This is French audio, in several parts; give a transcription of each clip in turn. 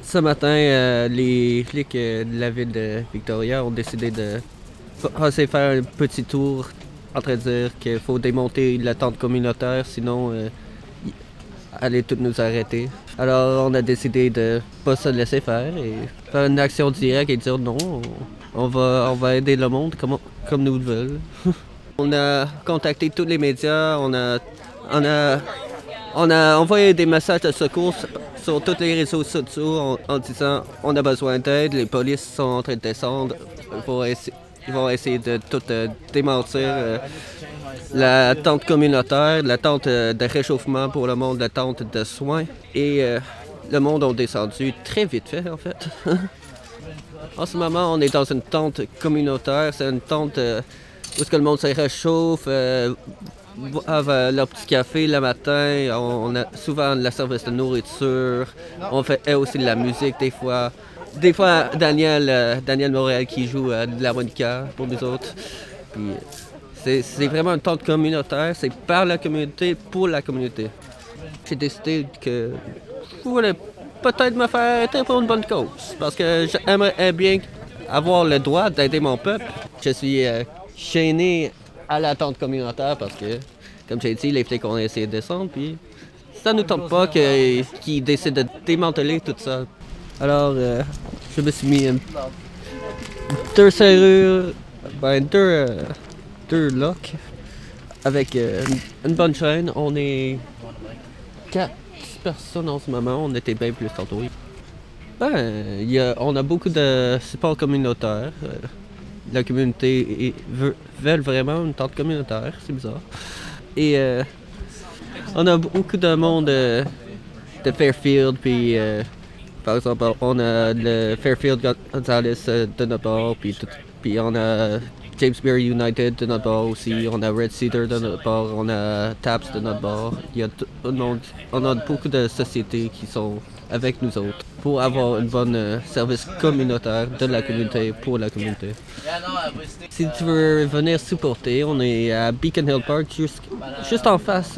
Ce matin, les flics de la ville de Victoria ont décidé de passer faire un petit tour en train de dire qu'il faut démonter la tente communautaire, sinon ils allaient tous nous arrêter. Alors on a décidé de pas se laisser faire et faire une action directe et dire non, on va aider le monde comme nous le veulent. On a contacté tous les médias, on a envoyé des messages de secours sur tous les réseaux sociaux en disant on a besoin d'aide, les polices sont en train de descendre, ils vont essayer de tout démentir. La tente communautaire, la tente de réchauffement pour le monde, la tente de soins. Et le monde a descendu très vite fait en fait. En ce moment, on est dans une tente communautaire, c'est une tente où est-ce que le monde se réchauffe, boivent leur petit café le matin, on a souvent la service de nourriture, on fait aussi de la musique des fois. Des fois, Daniel Morel qui joue de l'harmonica pour nous autres. Puis, c'est vraiment une tente communautaire, c'est par la communauté, pour la communauté. J'ai décidé que je voulais peut-être me faire arrêter pour une bonne cause, parce que j'aimerais bien avoir le droit d'aider mon peuple. Je suis chaîné à la tente communautaire parce que, comme j'ai dit, les flics ont essayé de descendre, puis ça nous tente pas qu'ils décident de démanteler tout ça. Alors, je me suis mis deux serrures, deux locks avec une bonne chaîne. On est 4 personnes en ce moment, on était bien plus tantôt. On a beaucoup de support communautaire. La communauté veut vraiment une tente communautaire, c'est bizarre. Et on a beaucoup de monde de Fairfield, puis par exemple, on a le Fairfield Gonzalez de notre bord, puis on a Jamesbury United de notre bord aussi, on a Red Cedar de notre bord, on a Taps de notre bord. Il y a on a beaucoup de sociétés qui sont avec nous autres pour avoir une bonne service communautaire de la communauté pour la communauté. Si tu veux venir supporter, on est à Beacon Hill Park, juste en face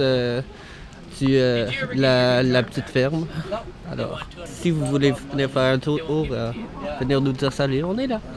la petite ferme. Alors, si vous voulez venir faire un tour, venir nous dire salut, on est là.